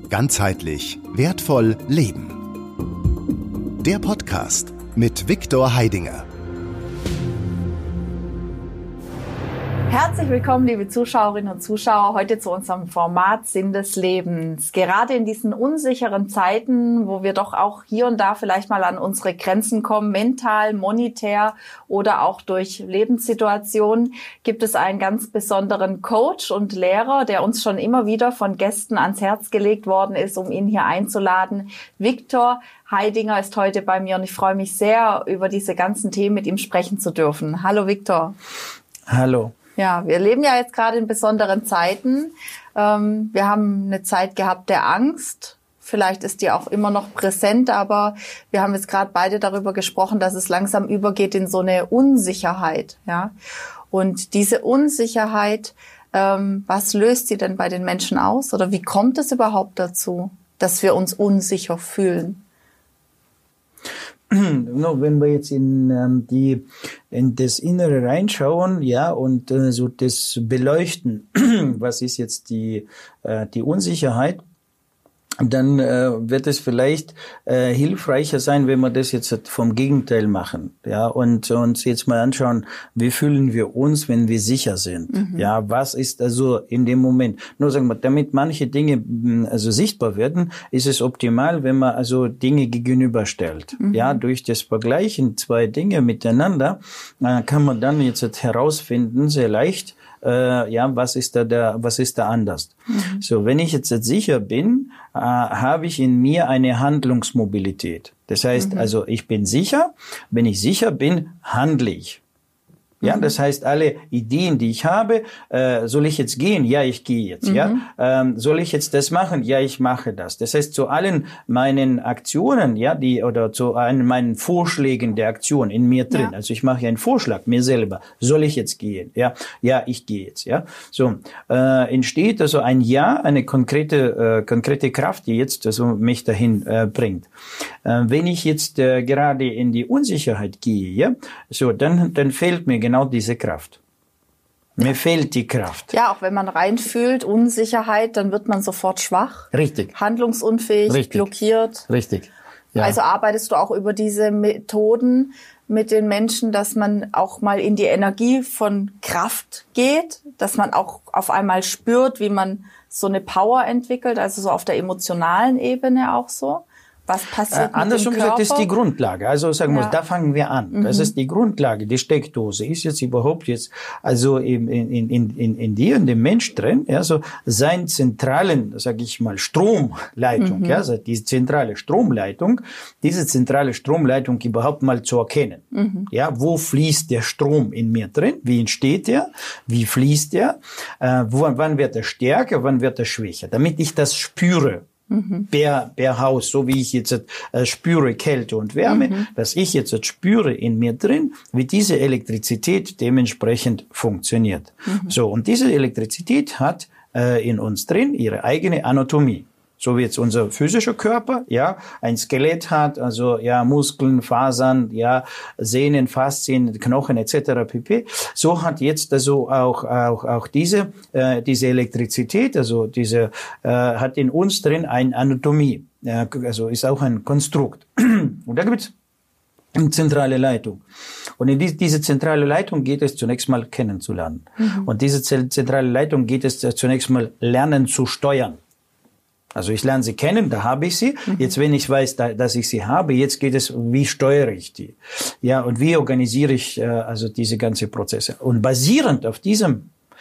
Ganzheitlich wertvoll leben. Der Podcast mit Viktor Heidinger. Herzlich willkommen, liebe Zuschauerinnen und Zuschauer, heute zu unserem Format Sinn des Lebens. Gerade in diesen unsicheren Zeiten, wo wir doch auch hier und da vielleicht mal an unsere Grenzen kommen, mental, monetär oder auch durch Lebenssituationen, gibt es einen ganz besonderen Coach und Lehrer, der uns schon immer wieder von Gästen ans Herz gelegt worden ist, um ihn hier einzuladen. Viktor Heidinger ist heute bei mir und ich freue mich sehr, über diese ganzen Themen mit ihm sprechen zu dürfen. Hallo Viktor. Hallo. Ja, wir leben ja jetzt gerade in besonderen Zeiten. Wir haben eine Zeit gehabt der Angst. Vielleicht ist die auch immer noch präsent, aber wir haben jetzt gerade beide darüber gesprochen, dass es langsam übergeht in so eine Unsicherheit. Ja, und diese Unsicherheit, was löst sie denn bei den Menschen aus? Oder wie kommt es überhaupt dazu, dass wir uns unsicher fühlen? Wenn wir jetzt in das Innere reinschauen, ja, und so das beleuchten, was ist jetzt die Unsicherheit, dann wird es vielleicht hilfreicher sein, wenn wir das jetzt vom Gegenteil machen, ja, und uns jetzt mal anschauen, wie fühlen wir uns, wenn wir sicher sind, ja, was ist also in dem Moment, nur sagen wir, damit manche Dinge also sichtbar werden, ist es optimal, wenn man also Dinge gegenüberstellt, ja, durch das Vergleichen zwei Dinge miteinander kann man dann jetzt herausfinden, sehr leicht, ja, was ist da anders? So, wenn ich jetzt sicher bin, habe ich in mir eine Handlungsmobilität. Das heißt, also ich bin sicher. Wenn ich sicher bin, handle ich. Ja, das heißt, alle Ideen, die ich habe, soll ich jetzt gehen? Ja, ich gehe jetzt. Ja, soll ich jetzt das machen? Ja, ich mache das. Das heißt, zu allen meinen Aktionen, ja, zu allen meinen Vorschlägen der Aktion in mir drin. Ja. Also ich mache einen Vorschlag mir selber. Soll ich jetzt gehen? Ja, ja, ich gehe jetzt. Ja, so entsteht also ein Ja, eine konkrete Kraft, die jetzt also mich dahin bringt. Wenn ich jetzt gerade in die Unsicherheit gehe, ja, so dann fehlt mir genau diese Kraft. Mir fehlt die Kraft. Ja, auch wenn man reinfühlt, Unsicherheit, dann wird man sofort schwach. Richtig. Handlungsunfähig, Richtig. Blockiert. Richtig. Ja. Also arbeitest du auch über diese Methoden mit den Menschen, dass man auch mal in die Energie von Kraft geht, dass man auch auf einmal spürt, wie man so eine Power entwickelt, also so auf der emotionalen Ebene auch so. Was passiert mit andersrum dem Körper? gesagt, das ist die Grundlage. Also sagen wir, da fangen wir an. Das ist die Grundlage. Die Steckdose ist jetzt überhaupt jetzt, also in dir, in dem Mensch drin, ja, so seinen zentralen, sage ich mal, Stromleitung, ja, also die zentrale Stromleitung, diese zentrale Stromleitung überhaupt mal zu erkennen. Ja, wo fließt der Strom in mir drin? Wie entsteht der? Wie fließt der? Wann wird er stärker? Wann wird er schwächer? Damit ich das spüre. Per Haus, so wie ich jetzt spüre Kälte und Wärme, dass ich jetzt spüre in mir drin, wie diese Elektrizität dementsprechend funktioniert. So, und diese Elektrizität hat in uns drin ihre eigene Anatomie. So wie jetzt unser physischer Körper, ja, ein Skelett hat, also ja, Muskeln, Fasern, ja, Sehnen, Faszien, Knochen etc. pp. So hat jetzt also auch diese Elektrizität, also hat in uns drin eine Anatomie, ja, also ist auch ein Konstrukt. Und da gibt's eine zentrale Leitung. Und in diese zentrale Leitung geht es zunächst mal kennenzulernen. Und diese zentrale Leitung geht es zunächst mal lernen zu steuern. Also ich lerne sie kennen, da habe ich sie. Jetzt, wenn ich weiß, dass ich sie habe, jetzt geht es, wie steuere ich die? Ja, und wie organisiere ich also diese ganzen Prozesse? Und basierend auf dieser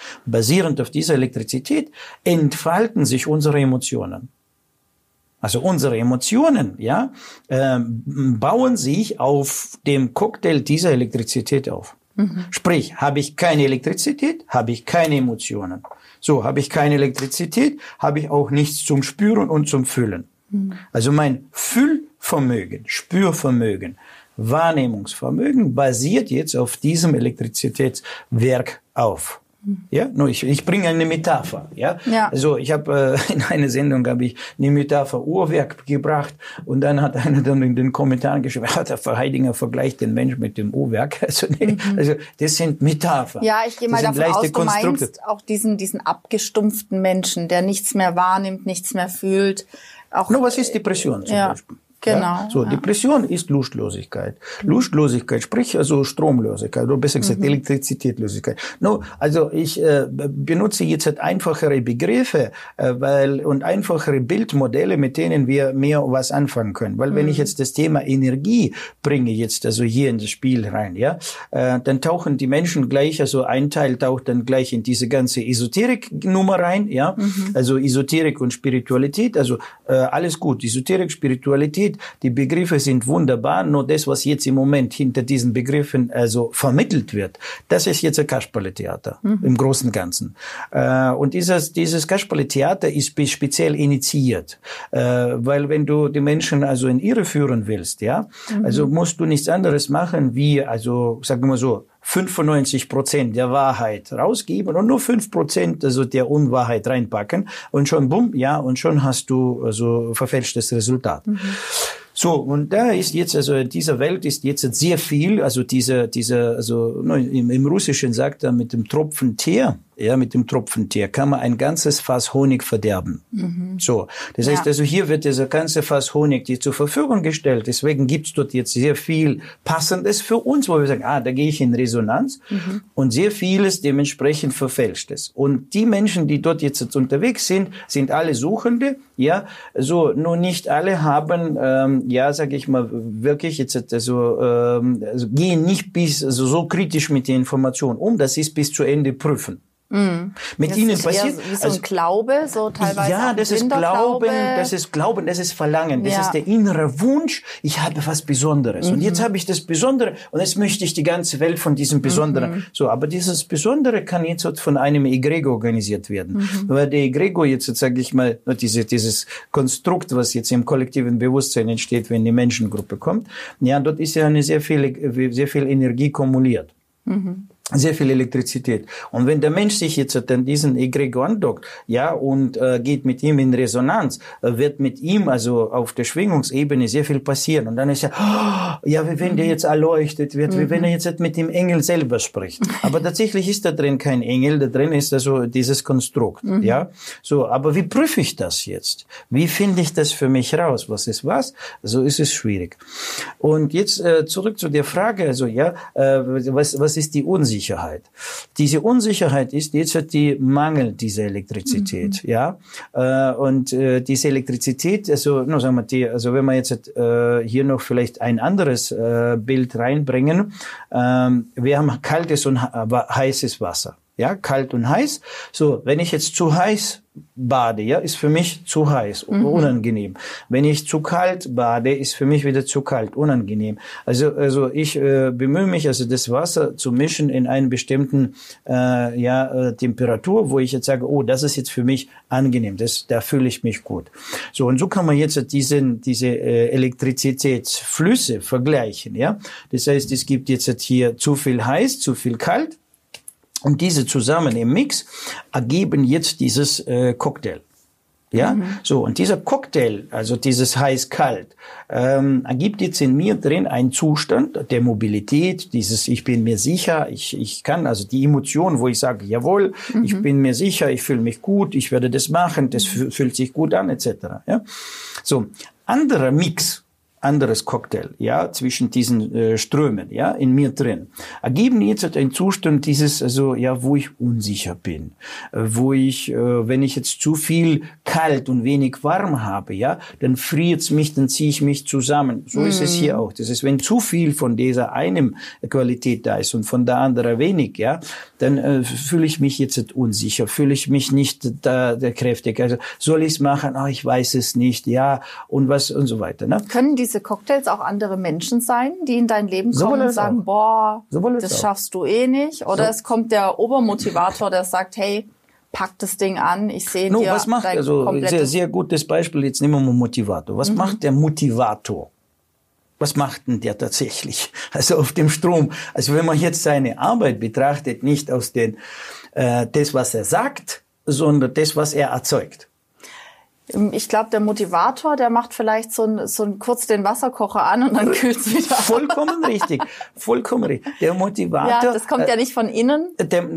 Elektrizität entfalten sich unsere Emotionen. Also unsere Emotionen, ja, bauen sich auf dem Cocktail dieser Elektrizität auf. Sprich, habe ich keine Elektrizität, habe ich keine Emotionen. So, habe ich keine Elektrizität, habe ich auch nichts zum Spüren und zum Fühlen. Also mein Fühlvermögen, Spürvermögen, Wahrnehmungsvermögen basiert jetzt auf diesem Elektrizitätswerk auf. Ja, nur ich bringe eine Metapher. Ja, also ich habe in einer Sendung habe ich eine Metapher Uhrwerk gebracht und dann hat einer dann in den Kommentaren geschrieben, der Heidinger vergleicht den Mensch mit dem Uhrwerk. Also, also das sind Metaphern. Ja, ich gehe mal davon aus, du meinst auch diesen abgestumpften Menschen, der nichts mehr wahrnimmt, nichts mehr fühlt. Auch, was ist Depression zum Beispiel? Genau. Ja? So, Depression ist Lustlosigkeit. Lustlosigkeit, sprich also Stromlosigkeit oder besser gesagt Elektrizitätlosigkeit. Also ich benutze jetzt halt einfachere Begriffe und einfachere Bildmodelle, mit denen wir mehr was anfangen können. Weil wenn ich jetzt das Thema Energie bringe jetzt also hier in das Spiel rein, ja, dann tauchen die Menschen gleich, also ein Teil taucht dann gleich in diese ganze Esoterik-Nummer rein, ja, also Esoterik und Spiritualität, also alles gut, Esoterik, Spiritualität, die Begriffe sind wunderbar, nur das, was jetzt im Moment hinter diesen Begriffen also vermittelt wird, das ist jetzt ein Kasperle-Theater im Großen und Ganzen. Und dieses Kasperle-Theater ist speziell initiiert, weil wenn du die Menschen also in Irre führen willst, ja, also musst du nichts anderes machen wie, also sagen wir mal so, 95% der Wahrheit rausgeben und nur 5% also der Unwahrheit reinpacken und schon bumm, ja, und schon hast du also verfälschtes Resultat. So, und da ist jetzt, also in dieser Welt ist jetzt sehr viel, also also im Russischen sagt er mit dem Tropfen Teer, ja, mit dem Tropfen Teer kann man ein ganzes Fass Honig verderben. So, das heißt also hier wird dieser ganze Fass Honig dir zur Verfügung gestellt, deswegen gibt's dort jetzt sehr viel Passendes für uns, wo wir sagen, da gehe ich in Resonanz und sehr vieles dementsprechend Verfälschtes. Und die Menschen, die dort jetzt unterwegs sind, sind alle Suchende, ja, so, nur nicht alle haben, ja, sage ich mal, wirklich jetzt also gehen nicht bis so kritisch mit der Information um, das ist bis zu Ende prüfen. Mit das ihnen ist passiert wie so ein Glaube, so teilweise. Ja, das ist Glauben, das ist Verlangen, das ist der innere Wunsch, ich habe was Besonderes. Und jetzt habe ich das Besondere und jetzt möchte ich die ganze Welt von diesem Besonderen. So, aber dieses Besondere kann jetzt von einem Egregor organisiert werden. Weil der Egregor jetzt, sage ich mal, dieses Konstrukt, was jetzt im kollektiven Bewusstsein entsteht, wenn die Menschengruppe kommt, ja, dort ist ja sehr viel Energie kumuliert. Sehr viel Elektrizität. Und wenn der Mensch sich jetzt an diesen Egregor andockt, ja, und geht mit ihm in Resonanz, wird mit ihm also auf der Schwingungsebene sehr viel passieren. Und dann ist ja, wie wenn der jetzt erleuchtet wird, wie wenn er jetzt mit dem Engel selber spricht. Aber tatsächlich ist da drin kein Engel, da drin ist also dieses Konstrukt, ja. So, aber wie prüfe ich das jetzt? Wie finde ich das für mich raus? Was ist was? So ist es schwierig. Und jetzt zurück zu der Frage, also ja, was ist die Unsicherheit? Diese Unsicherheit ist jetzt die Mangel dieser Elektrizität, ja. Und diese Elektrizität, also, sagen wir, also wenn wir jetzt hier noch vielleicht ein anderes Bild reinbringen, wir haben kaltes und heißes Wasser. Ja, kalt und heiß. So, wenn ich jetzt zu heiß bade, ja, ist für mich zu heiß, unangenehm. Wenn ich zu kalt bade, ist für mich wieder zu kalt, unangenehm. Also ich bemühe mich, also das Wasser zu mischen in einen bestimmten Temperatur, wo ich jetzt sage, oh, das ist jetzt für mich angenehm, da fühle ich mich gut. So, und so kann man jetzt diese Elektrizitätsflüsse vergleichen, ja. Das heißt, es gibt jetzt hier zu viel heiß, zu viel kalt. Und diese zusammen im Mix ergeben jetzt dieses Cocktail. Ja, so, und dieser Cocktail, also dieses heiß-kalt, ergibt jetzt in mir drin einen Zustand der Mobilität, dieses ich bin mir sicher, ich kann, also die Emotion, wo ich sage, jawohl, ich bin mir sicher, ich fühle mich gut, ich werde das machen, das fühlt sich gut an, etc. Ja, so, anderer Mix, anderes Cocktail, ja, zwischen diesen Strömen, ja, in mir drin, ergeben jetzt einen Zustand dieses, also, ja, wo ich unsicher bin, wo ich, wenn ich jetzt zu viel kalt und wenig warm habe, ja, dann friert's mich, dann ziehe ich mich zusammen. So ist es hier auch. Das ist, wenn zu viel von dieser einen Qualität da ist und von der anderen wenig, ja, dann fühle ich mich jetzt unsicher, fühle ich mich nicht der kräftig. Also soll ich's machen? Oh, ich weiß es nicht, ja, und was und so weiter. Ne? Können diese Cocktails auch andere Menschen sein, die in dein Leben kommen und sagen, boah, das schaffst du eh nicht? Oder es kommt der Obermotivator, der sagt, hey, pack das Ding an, ich sehe dir was macht, dein sehr, sehr gutes Beispiel, jetzt nehmen wir mal Motivator. Was macht der Motivator? Was macht denn der tatsächlich? Also auf dem Strom. Also wenn man jetzt seine Arbeit betrachtet, nicht aus den das, was er sagt, sondern das, was er erzeugt. Ich glaube, der Motivator, der macht vielleicht so ein kurz den Wasserkocher an und dann kühlt es wieder. Vollkommen richtig. Vollkommen richtig. Der Motivator. Ja, das kommt ja nicht von innen.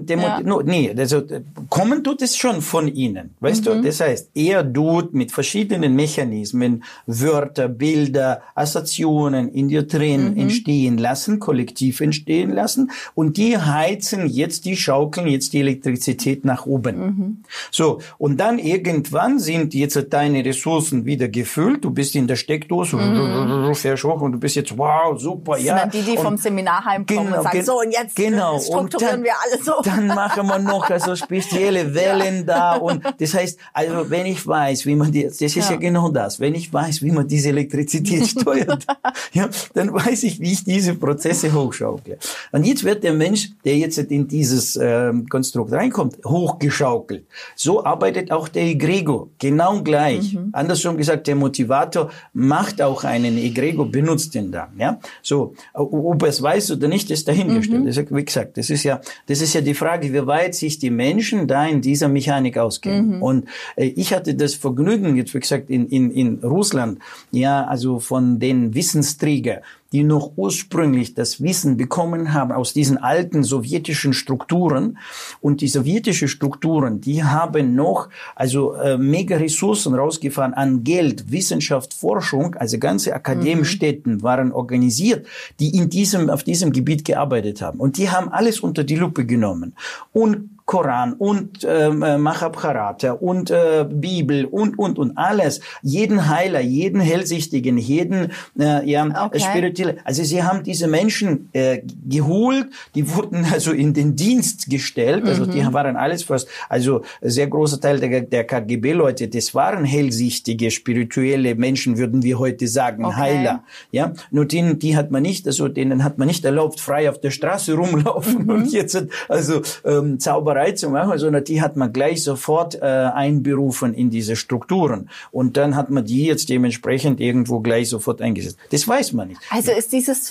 Nee, also kommen tut es schon von innen. Weißt du? Das heißt, er tut mit verschiedenen Mechanismen Wörter, Bilder, Assoziationen in dir drin entstehen lassen, kollektiv entstehen lassen, und die heizen jetzt, die schaukeln jetzt die Elektrizität nach oben. So. Und dann irgendwann sind jetzt deine Ressourcen wieder gefüllt, du bist in der Steckdose, fährst hoch und du bist jetzt, wow, super, das sind dann die vom Seminar heimkommen und sagen, so, und jetzt strukturieren wir alles so. Dann machen wir noch also spezielle Wellen da, und das heißt, also wenn ich weiß, wie man das ist ja genau das, wenn ich weiß, wie man diese Elektrizität steuert, ja, dann weiß ich, wie ich diese Prozesse hochschaukle. Und jetzt wird der Mensch, der jetzt in dieses Konstrukt reinkommt, hochgeschaukelt. So arbeitet auch der Egregor, genau gleich. Andersrum gesagt, der Motivator macht auch einen Egregor, benutzt den dann, ja. So, ob er es weiß oder nicht, ist dahingestellt. Das ist, wie gesagt, das ist ja die Frage, wie weit sich die Menschen da in dieser Mechanik auskennen. Und ich hatte das Vergnügen, jetzt wie gesagt, in Russland, ja, also von den Wissensträgern, die noch ursprünglich das Wissen bekommen haben aus diesen alten sowjetischen Strukturen. Und die sowjetischen Strukturen, die haben noch also mega Ressourcen rausgefahren an Geld, Wissenschaft, Forschung. Also ganze Akademiestätten waren organisiert, die auf diesem Gebiet gearbeitet haben. Und die haben alles unter die Lupe genommen. Und Koran und Mahabharata und Bibel und alles, jeden Heiler, jeden Hellsichtigen, jeden Spirituelle. Also sie haben diese Menschen geholt, die wurden also in den Dienst gestellt, also die waren alles fast, also sehr großer Teil der KGB-Leute, das waren hellsichtige, spirituelle Menschen, würden wir heute sagen, Heiler. Ja, nur denen hat man nicht erlaubt, frei auf der Straße rumlaufen und jetzt also Zauberer zu machen, sondern die hat man gleich sofort einberufen in diese Strukturen. Und dann hat man die jetzt dementsprechend irgendwo gleich sofort eingesetzt. Das weiß man nicht. Also ist dieses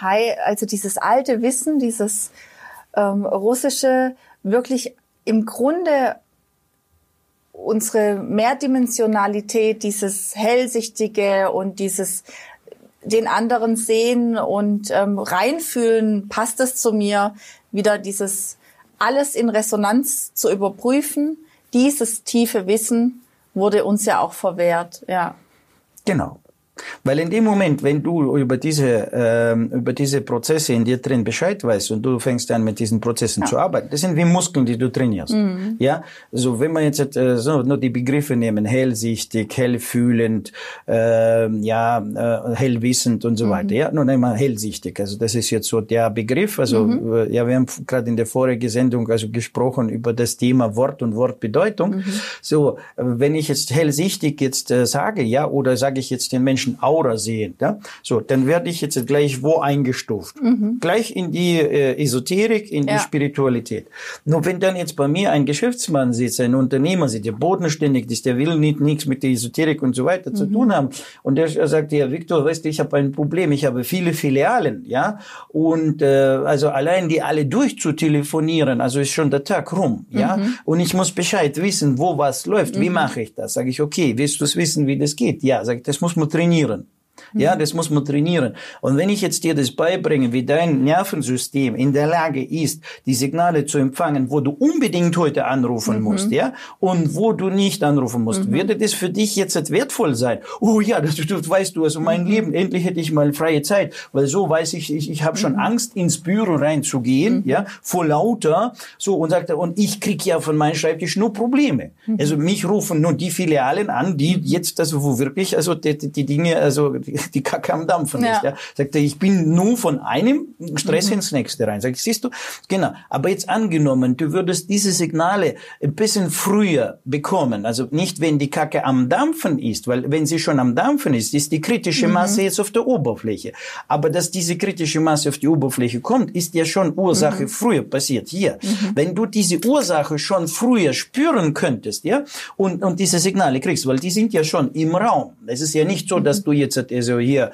dieses alte Wissen, dieses russische, wirklich im Grunde unsere Mehrdimensionalität, dieses Hellsichtige und dieses den anderen sehen und reinfühlen, passt es zu mir, wieder dieses alles in Resonanz zu überprüfen, dieses tiefe Wissen wurde uns ja auch verwehrt, ja. Genau. Weil in dem Moment, wenn du über diese Prozesse in dir drin Bescheid weißt und du fängst an mit diesen Prozessen zu arbeiten, das sind wie Muskeln, die du trainierst. Ja, so wenn wir jetzt nur die Begriffe nehmen, hellsichtig, hellfühlend, hellwissend und so weiter. Ja, nun einmal hellsichtig. Also das ist jetzt so der Begriff. Also wir haben gerade in der vorigen Sendung also gesprochen über das Thema Wort und Wortbedeutung. So, wenn ich jetzt hellsichtig jetzt sage, ja, oder sage ich jetzt den Menschen Aura sehen, ja, so, dann werde ich jetzt gleich wo eingestuft? Gleich in die Esoterik, in die Spiritualität. Nur wenn dann jetzt bei mir ein Geschäftsmann sitzt, ein Unternehmer sitzt, der bodenständig ist, der will nichts mit der Esoterik und so weiter zu tun haben, und der sagt, ja, Viktor, weißt du, ich habe ein Problem, ich habe viele Filialen, ja, und also allein die alle durchzutelefonieren, also ist schon der Tag rum, ja, und ich muss Bescheid wissen, wo was läuft, wie mache ich das? Sage ich, okay, willst du es wissen, wie das geht? Ja, sag ich, das muss man trainieren. Ja, das muss man trainieren. Und wenn ich jetzt dir das beibringe, wie dein Nervensystem in der Lage ist, die Signale zu empfangen, wo du unbedingt heute anrufen musst, ja, und wo du nicht anrufen musst, wird das für dich jetzt wertvoll sein. Oh ja, das weißt du, also mein Leben, endlich hätte ich mal freie Zeit, weil so weiß ich habe schon Angst, ins Büro reinzugehen, ja, vor lauter, so, und sagt er, und ich krieg ja von meinem Schreibtisch nur Probleme. Also mich rufen nur die Filialen an, die jetzt, also wo wirklich, also die Dinge, also die Kacke am Dampfen ist. Ja. Sagt er, ich bin nur von einem Stress ins nächste rein. Sagt, siehst du, genau. Aber jetzt angenommen, du würdest diese Signale ein bisschen früher bekommen. Also nicht, wenn die Kacke am Dampfen ist, weil wenn sie schon am Dampfen ist die kritische Masse jetzt auf der Oberfläche. Aber dass diese kritische Masse auf die Oberfläche kommt, ist ja schon Ursache früher passiert. Hier. Wenn du diese Ursache schon früher spüren könntest, ja, und diese Signale kriegst, weil die sind ja schon im Raum. Es ist ja nicht so, dass du jetzt also hier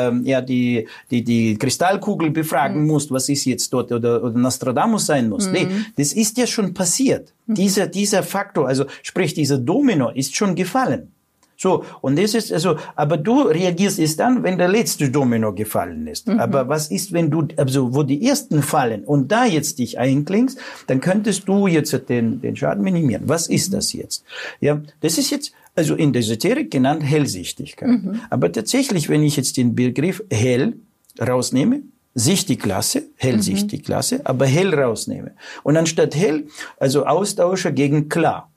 die Kristallkugel befragen musst, was ist jetzt dort, oder Nostradamus sein muss. Nee, das ist ja schon passiert. Dieser Faktor, also sprich dieser Domino ist schon gefallen. So, und das ist, also, aber du reagierst erst dann, wenn der letzte Domino gefallen ist. Aber was ist, wenn du, also, wo die ersten fallen und da jetzt dich einklingst, dann könntest du jetzt den Schaden minimieren. Was ist das jetzt? Ja, das ist jetzt, also in der Esoterik genannt Hellsichtigkeit. Aber tatsächlich, wenn ich jetzt den Begriff hell rausnehme, Sicht die Klasse, Hellsicht die Klasse, aber hell rausnehme. Und anstatt hell, also austausche gegen klar.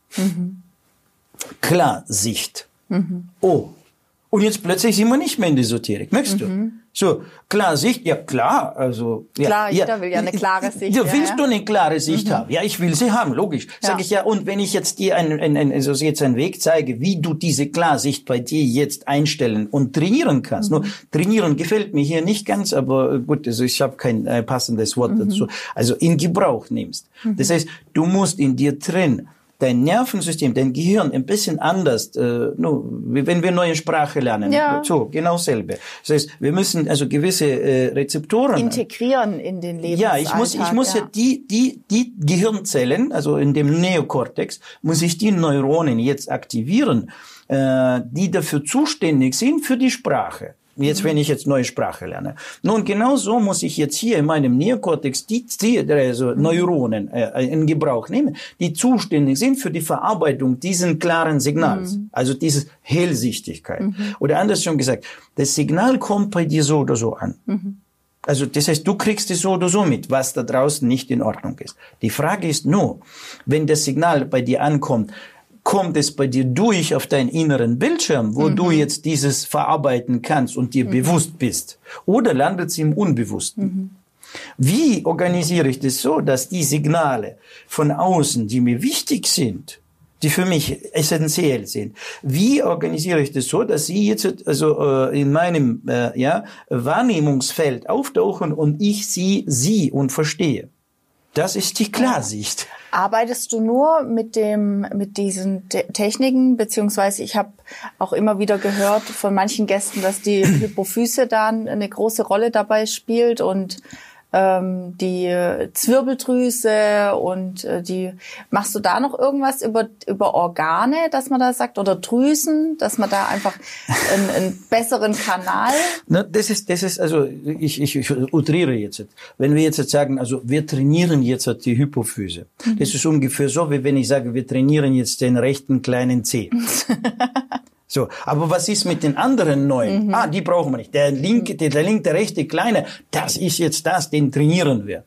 Klarsicht. Oh. Und jetzt plötzlich sind wir nicht mehr in der Esoterik. Merkst du? So, Klarsicht, ja klar, also. Klar, jeder will ja eine klare Sicht. Ja, willst du eine klare Sicht haben? Ja, ich will sie haben, logisch. Sag ich ja, und wenn ich jetzt dir also jetzt einen Weg zeige, wie du diese Klarsicht bei dir jetzt einstellen und trainieren kannst. Nur, trainieren gefällt mir hier nicht ganz, aber gut, also ich habe kein passendes Wort dazu. Also in Gebrauch nimmst. Das heißt, du musst in dir drin dein Nervensystem, dein Gehirn ein bisschen anders, wie wenn wir neue Sprache lernen. Ja. So, genau selbe. Das heißt, wir müssen also gewisse Rezeptoren integrieren in den Lebensalltag. Ja, ich muss ja die Gehirnzellen, also in dem Neokortex, muss ich die Neuronen jetzt aktivieren, die dafür zuständig sind für die Sprache. Jetzt, wenn ich jetzt neue Sprache lerne. Nun, genau so muss ich jetzt hier in meinem Neokortex die also Neuronen in Gebrauch nehmen, die zuständig sind für die Verarbeitung diesen klaren Signals. Also dieses Hellsichtigkeit. Oder anders schon gesagt, das Signal kommt bei dir so oder so an. Also das heißt, du kriegst es so oder so mit, was da draußen nicht in Ordnung ist. Die Frage ist nur, wenn das Signal bei dir ankommt, kommt es bei dir durch auf deinen inneren Bildschirm, wo du jetzt dieses verarbeiten kannst und dir bewusst bist? Oder landet es im Unbewussten? Wie organisiere ich das so, dass die Signale von außen, die mir wichtig sind, die für mich essentiell sind, wie organisiere ich das so, dass sie jetzt also in meinem Wahrnehmungsfeld auftauchen und ich sie und verstehe? Das ist die Klarsicht. Arbeitest du nur mit diesen Techniken, beziehungsweise ich habe auch immer wieder gehört von manchen Gästen, dass die Hypophyse dann eine große Rolle dabei spielt und die Zwirbeldrüse und machst du da noch irgendwas über Organe, dass man da sagt, oder Drüsen, dass man da einfach einen besseren Kanal? Na, das ist also ich utriere jetzt. Wenn wir jetzt sagen, also wir trainieren jetzt die Hypophyse. Das ist ungefähr so, wie wenn ich sage, wir trainieren jetzt den rechten kleinen Zeh. So, aber was ist mit den anderen neuen? Die brauchen wir nicht. Der rechte kleine, das ist jetzt den trainieren wir.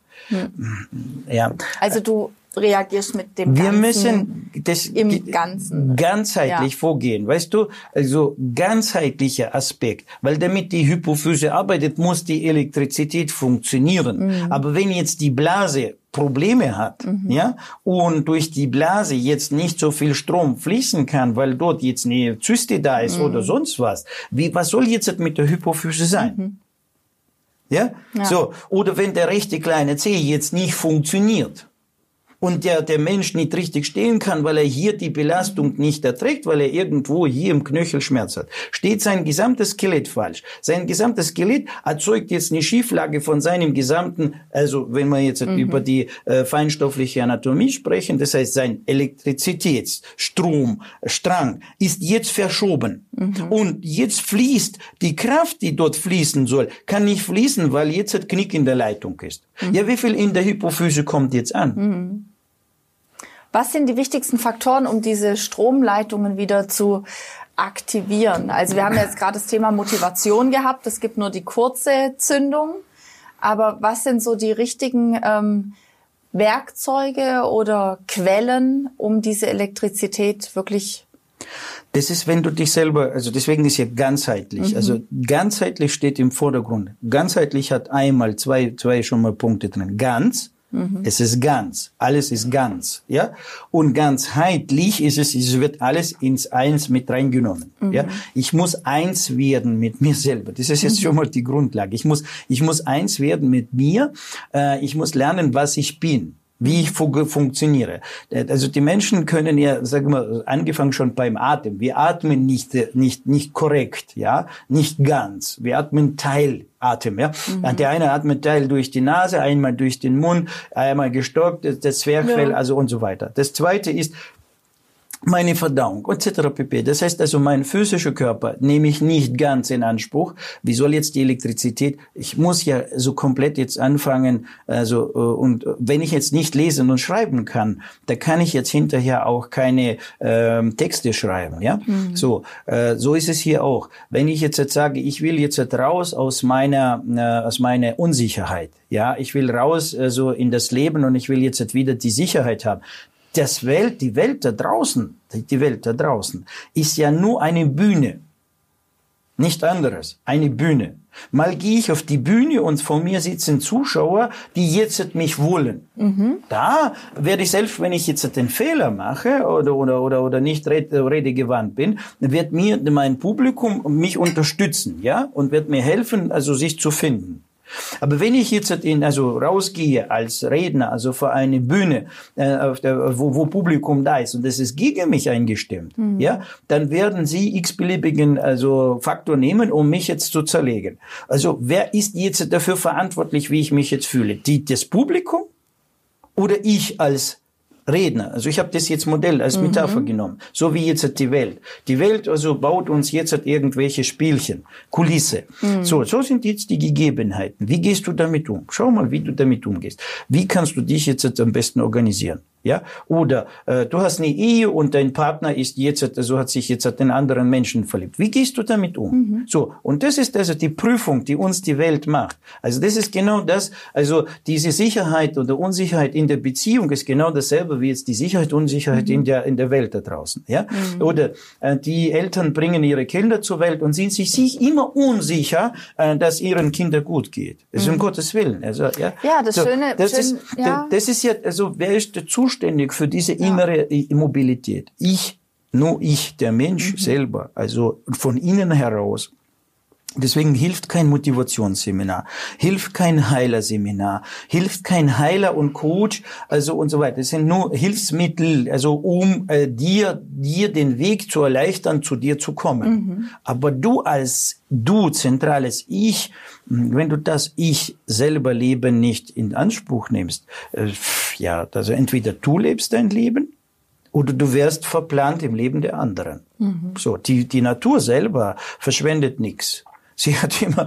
Ja. Also du reagierst mit dem wir Ganzen. Müssen das im Ganzen ganzheitlich vorgehen, weißt du? Also ganzheitlicher Aspekt, weil damit die Hypophyse arbeitet, muss die Elektrizität funktionieren. Aber wenn jetzt die Blase Probleme hat, ja, und durch die Blase jetzt nicht so viel Strom fließen kann, weil dort jetzt eine Zyste da ist oder sonst was. Was soll jetzt mit der Hypophyse sein? Ja? So. Oder wenn der rechte kleine Zeh jetzt nicht funktioniert und der Mensch nicht richtig stehen kann, weil er hier die Belastung nicht erträgt, weil er irgendwo hier im Knöchel Schmerz hat, steht sein gesamtes Skelett falsch. Sein gesamtes Skelett erzeugt jetzt eine Schieflage von seinem gesamten, also wenn wir jetzt über die feinstoffliche Anatomie sprechen, das heißt sein Elektrizitätsstrom, Strang ist jetzt verschoben. Und jetzt fließt die Kraft, die dort fließen soll, kann nicht fließen, weil jetzt ein Knick in der Leitung ist. Ja, wie viel in der Hypophyse kommt jetzt an? Was sind die wichtigsten Faktoren, um diese Stromleitungen wieder zu aktivieren? Also wir haben jetzt gerade das Thema Motivation gehabt. Es gibt nur die kurze Zündung. Aber was sind so die richtigen Werkzeuge oder Quellen, um diese Elektrizität wirklich... Das ist, wenn du dich selber, also deswegen ist ja ganzheitlich. Also ganzheitlich steht im Vordergrund. Ganzheitlich hat einmal zwei schon mal Punkte drin. Ganz. Es ist ganz. Alles ist ganz, ja. Und ganzheitlich ist es wird alles ins Eins mit reingenommen, ja. Ich muss eins werden mit mir selber. Das ist jetzt schon mal die Grundlage. Ich muss eins werden mit mir. Ich muss lernen, was ich bin. wie ich funktioniere. Also die Menschen können ja, sagen wir, angefangen schon beim Atem. Wir atmen nicht korrekt, ja, nicht ganz. Wir atmen Teilatem, ja. Der eine atmet Teil durch die Nase, einmal durch den Mund, einmal gestockt, das Zwerchfell, also und so weiter. Das zweite ist meine Verdauung etc. pp. Das heißt also, mein physischer Körper nehme ich nicht ganz in Anspruch. Wie soll jetzt die Elektrizität? Ich muss ja so komplett jetzt anfangen. Also und wenn ich jetzt nicht lesen und schreiben kann, da kann ich jetzt hinterher auch keine Texte schreiben. Ja, so ist es hier auch. Wenn ich jetzt sage, ich will jetzt raus aus meiner Unsicherheit. Ja, ich will raus so in das Leben und ich will jetzt wieder die Sicherheit haben. Die Welt da draußen ist ja nur eine Bühne. Nicht anderes. Eine Bühne. Mal gehe ich auf die Bühne und vor mir sitzen Zuschauer, die jetzt mich wollen. Da werde ich, selbst wenn ich jetzt den Fehler mache oder nicht redegewandt bin, wird mir mein Publikum mich unterstützen, ja, und wird mir helfen, also sich zu finden. Aber wenn ich jetzt rausgehe als Redner, also vor eine Bühne, wo Publikum da ist und das ist gegen mich eingestimmt, ja, dann werden sie x-beliebigen Faktor nehmen, um mich jetzt zu zerlegen. Also wer ist jetzt dafür verantwortlich, wie ich mich jetzt fühle? Das Publikum oder ich als Redner? Also ich habe das jetzt Modell als Metapher genommen, so wie jetzt die Welt. Die Welt baut uns jetzt irgendwelche Spielchen, Kulisse. So sind jetzt die Gegebenheiten. Wie gehst du damit um? Schau mal, wie du damit umgehst. Wie kannst du dich jetzt am besten organisieren? Ja, oder du hast eine Ehe und dein Partner ist jetzt, hat sich jetzt den anderen Menschen verliebt. Wie gehst du damit um? So, und das ist die Prüfung, die uns die Welt macht. Also das ist genau das, diese Sicherheit oder Unsicherheit in der Beziehung ist genau dasselbe wie jetzt die Sicherheit, Unsicherheit in der Welt da draußen. Ja, oder die Eltern bringen ihre Kinder zur Welt und sind sich immer unsicher, dass ihren Kindern gut geht. Das ist um Gottes Willen. Das ist ja, wer ist zuständig für diese innere Immobilität? Nur ich, der Mensch selber, also von innen heraus. Deswegen hilft kein Motivationsseminar, hilft kein Heilerseminar, hilft kein Heiler und Coach, und so weiter. Das sind nur Hilfsmittel, um dir den Weg zu erleichtern, zu dir zu kommen. Aber du zentrales Ich, wenn du das Ich selber Leben nicht in Anspruch nimmst, also entweder du lebst dein Leben, oder du wirst verplant im Leben der anderen. So, die Natur selber verschwendet nichts. Sie hat immer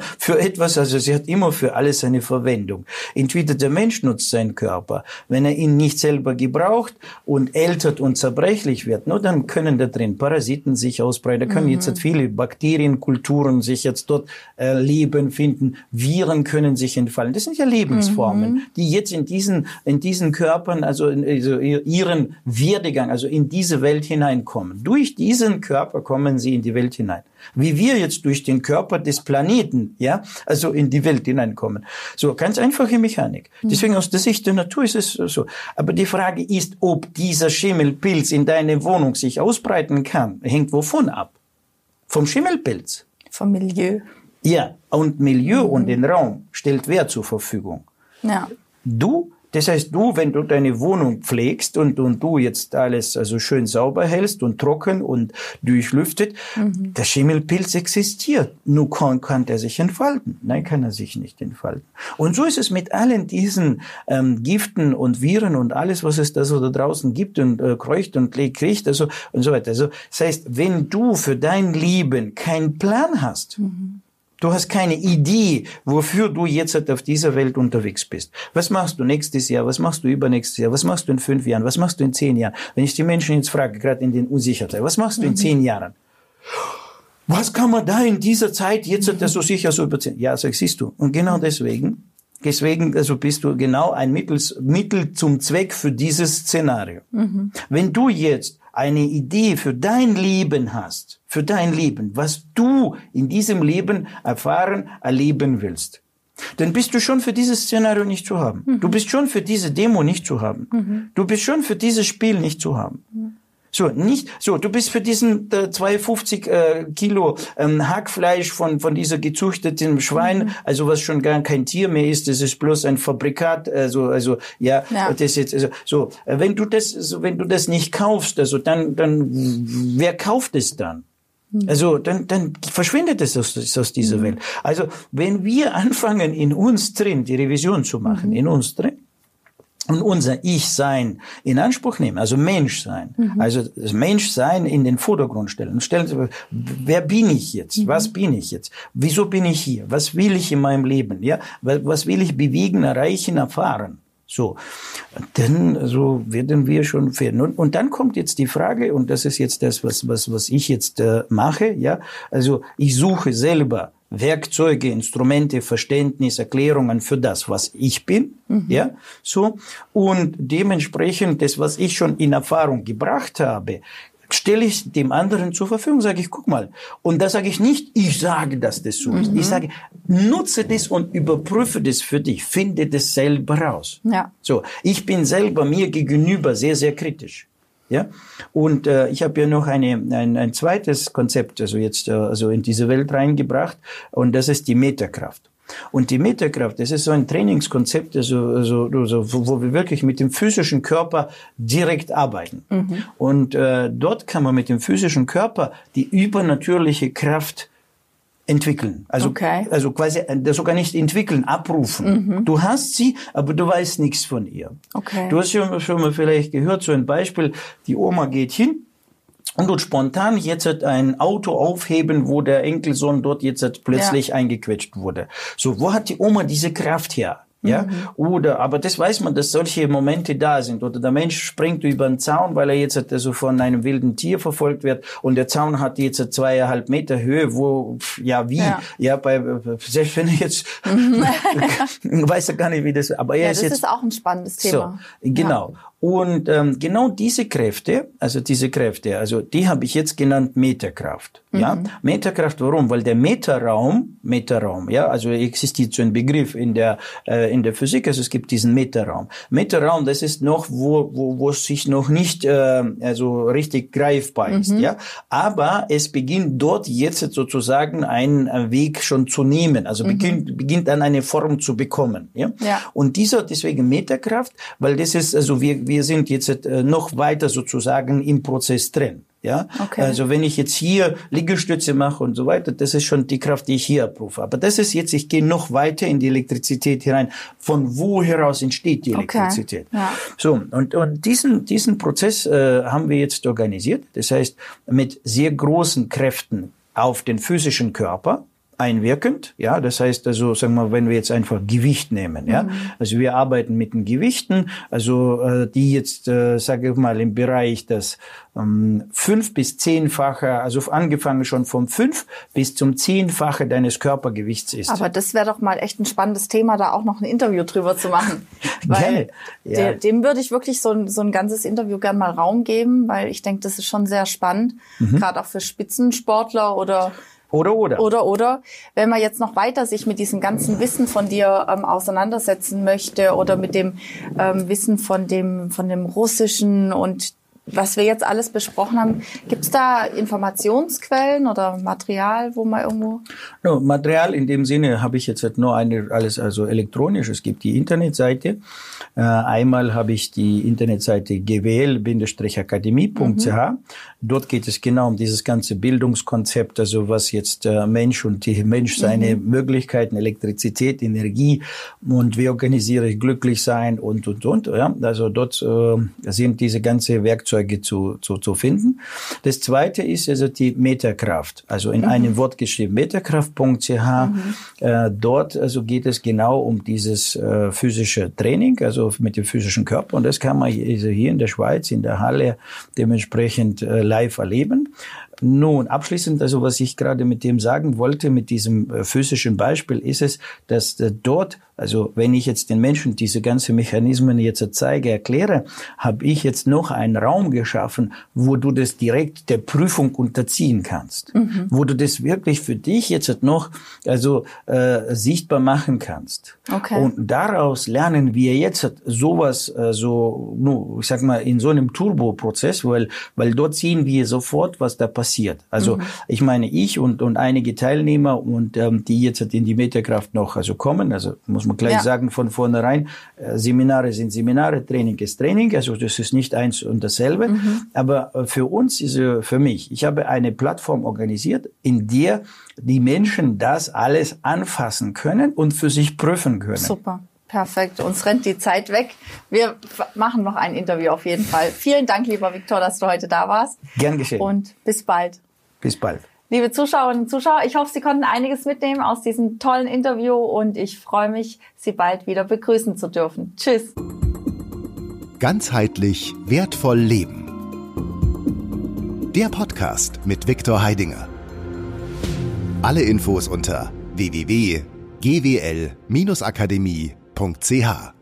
für alles eine Verwendung. Entweder der Mensch nutzt seinen Körper, wenn er ihn nicht selber gebraucht und ältert und zerbrechlich wird, dann können da drin Parasiten sich ausbreiten, da können jetzt viele Bakterienkulturen sich jetzt dort leben, finden, Viren können sich entfallen. Das sind ja Lebensformen, die jetzt in diesen Körpern, ihren Werdegang, in diese Welt hineinkommen. Durch diesen Körper kommen sie in die Welt hinein. Wie wir jetzt durch den Körper des Planeten, in die Welt hineinkommen. So, ganz einfache Mechanik. Deswegen aus der Sicht der Natur ist es so. Aber die Frage ist, ob dieser Schimmelpilz in deiner Wohnung sich ausbreiten kann, hängt wovon ab? Vom Schimmelpilz. Vom Milieu. Ja, und Milieu und den Raum stellt wer zur Verfügung? Ja. Das heißt, wenn du deine Wohnung pflegst und du jetzt alles schön sauber hältst und trocken und durchlüftet, der Schimmelpilz existiert. Nur kann der sich entfalten. Nein, kann er sich nicht entfalten. Und so ist es mit allen diesen Giften und Viren und alles, was es da draußen gibt und kreucht und kriegt, und so weiter. Das heißt, wenn du für dein Leben keinen Plan hast, du hast keine Idee, wofür du jetzt auf dieser Welt unterwegs bist. Was machst du nächstes Jahr? Was machst du übernächstes Jahr? Was machst du in 5 Jahren? Was machst du in 10 Jahren? Wenn ich die Menschen jetzt frage, gerade in den Unsicherheiten, was machst du in 10 Jahren? Was kann man da in dieser Zeit jetzt so sicher so überziehen? Ja, siehst du. Und genau deswegen bist du genau ein Mittel zum Zweck für dieses Szenario. Wenn du jetzt eine Idee für dein Leben hast, was du in diesem Leben erleben willst, dann bist du schon für dieses Szenario nicht zu haben. Du bist schon für diese Demo nicht zu haben. Du bist schon für dieses Spiel nicht zu haben. So, nicht, so, du bist für diesen 250 Kilo Hackfleisch von dieser gezüchteten Schwein, also was schon gar kein Tier mehr ist, das ist bloß ein Fabrikat, das jetzt, also, so, wenn du das nicht kaufst, also dann, wer kauft es dann? Also dann verschwindet es aus dieser Welt. Also wenn wir anfangen, in uns drin die Revision zu machen, in uns drin, und unser Ich-Sein in Anspruch nehmen, also Menschsein, also das Menschsein in den Vordergrund stellen. Stellen Sie, wer bin ich jetzt? Was bin ich jetzt? Wieso bin ich hier? Was will ich in meinem Leben? Ja, was will ich bewegen, erreichen, erfahren? So, dann so werden wir schon finden. Und dann kommt jetzt die Frage, und das ist jetzt das, was ich jetzt mache, ja, also ich suche selber Werkzeuge, Instrumente, Verständnis, Erklärungen für das, was ich bin, ja, so, und dementsprechend das, was ich schon in Erfahrung gebracht habe, stelle ich dem anderen zur Verfügung, sage ich, guck mal. Und da sage ich nicht, ich sage, dass das so ist. Ich sage, nutze das und überprüfe das für dich. Finde das selber raus. Ja. So, ich bin selber mir gegenüber sehr, sehr kritisch. Ja, und ich habe ja noch ein zweites Konzept, also jetzt also in diese Welt reingebracht, und das ist die Metakraft. Und die Metakraft, das ist so ein Trainingskonzept, also wo wir wirklich mit dem physischen Körper direkt arbeiten. Und dort kann man mit dem physischen Körper die übernatürliche Kraft entwickeln. Also quasi sogar nicht entwickeln, abrufen. Du hast sie, aber du weißt nichts von ihr. Okay. Du hast schon mal vielleicht gehört, so ein Beispiel, die Oma geht hin und tut spontan jetzt ein Auto aufheben, wo der Enkelsohn dort jetzt plötzlich eingequetscht wurde. So, wo hat die Oma diese Kraft her? Ja, oder, aber das weiß man, dass solche Momente da sind. Oder der Mensch springt über den Zaun, weil er jetzt also von einem wilden Tier verfolgt wird. Und der Zaun hat jetzt 2,5 Meter Höhe, wo, selbst wenn er jetzt, weiß er gar nicht, wie das, aber er ist jetzt. Das ist auch ein spannendes Thema. So, genau. Ja. Und genau diese Kräfte, die habe ich jetzt genannt Metakraft. Ja, Metakraft, warum? Weil der Metaraum, ja, also existiert so ein Begriff in der Physik, also es gibt diesen Metaraum. Metaraum, das ist noch, wo es sich noch nicht also richtig greifbar ist, ja. Aber es beginnt dort jetzt sozusagen einen Weg schon zu nehmen, also beginnt dann eine Form zu bekommen, ja. Und deswegen Metakraft, weil das ist, also wir sind jetzt noch weiter sozusagen im Prozess drin. Ja, also wenn ich jetzt hier Liegestütze mache und so weiter, das ist schon die Kraft, die ich hier abrufe. Aber das ist jetzt, ich gehe noch weiter in die Elektrizität hinein. Von wo heraus entsteht die Elektrizität? Ja. So, und diesen Prozess haben wir jetzt organisiert. Das heißt, mit sehr großen Kräften auf den physischen Körper einwirkend, ja, das heißt also, sagen wir mal, wenn wir jetzt einfach Gewicht nehmen, ja, also wir arbeiten mit den Gewichten, also die jetzt, sage ich mal, im Bereich des 5- bis 10-fache, also angefangen schon vom 5 bis zum 10-fache deines Körpergewichts ist. Aber das wäre doch mal echt ein spannendes Thema, da auch noch ein Interview drüber zu machen, weil dem würde ich wirklich so ein ganzes Interview gern mal Raum geben, weil ich denke, das ist schon sehr spannend, gerade auch für Spitzensportler oder, wenn man jetzt noch weiter sich mit diesem ganzen Wissen von dir auseinandersetzen möchte oder mit dem Wissen von dem Russischen und was wir jetzt alles besprochen haben, gibt's da Informationsquellen oder Material, wo man irgendwo? No, Material in dem Sinne habe ich jetzt nur alles also elektronisch. Es gibt die Internetseite. Einmal habe ich die Internetseite gwl-akademie.ch. Dort geht es genau um dieses ganze Bildungskonzept, also was jetzt Mensch und die Mensch seine Möglichkeiten, Elektrizität, Energie und wie organisiere ich glücklich sein und. Ja. Also dort sind diese ganze Werkzeuge zu finden. Das zweite ist also die Metakraft, also in einem Wort geschrieben, metakraft.ch. Dort also geht es genau um dieses physische Training, also mit dem physischen Körper, und das kann man also hier in der Schweiz, in der Halle dementsprechend live erleben. Nun, abschließend, also was ich gerade mit dem sagen wollte, mit diesem physischen Beispiel, ist es, dass dort, also wenn ich jetzt den Menschen diese ganzen Mechanismen jetzt zeige, erkläre, habe ich jetzt noch einen Raum geschaffen, wo du das direkt der Prüfung unterziehen kannst, wo du das wirklich für dich jetzt noch sichtbar machen kannst. Okay. Und daraus lernen wir jetzt sowas, ich sag mal, in so einem Turbo-Prozess, weil dort sehen wir sofort, was da passiert. Also ich meine, ich und einige Teilnehmer und die jetzt in die Metakraft noch kommen, also muss man gleich sagen von vornherein, Seminare sind Seminare, Training ist Training, also das ist nicht eins und dasselbe. Aber für uns für mich, ich habe eine Plattform organisiert, in der die Menschen das alles anfassen können und für sich prüfen können. Super. Perfekt. Uns rennt die Zeit weg. Wir machen noch ein Interview auf jeden Fall. Vielen Dank, lieber Viktor, dass du heute da warst. Gern geschehen. Und bis bald. Bis bald. Liebe Zuschauerinnen und Zuschauer, ich hoffe, Sie konnten einiges mitnehmen aus diesem tollen Interview und ich freue mich, Sie bald wieder begrüßen zu dürfen. Tschüss. Ganzheitlich wertvoll leben. Der Podcast mit Viktor Heidinger. Alle Infos unter www.gwl-akademie.ch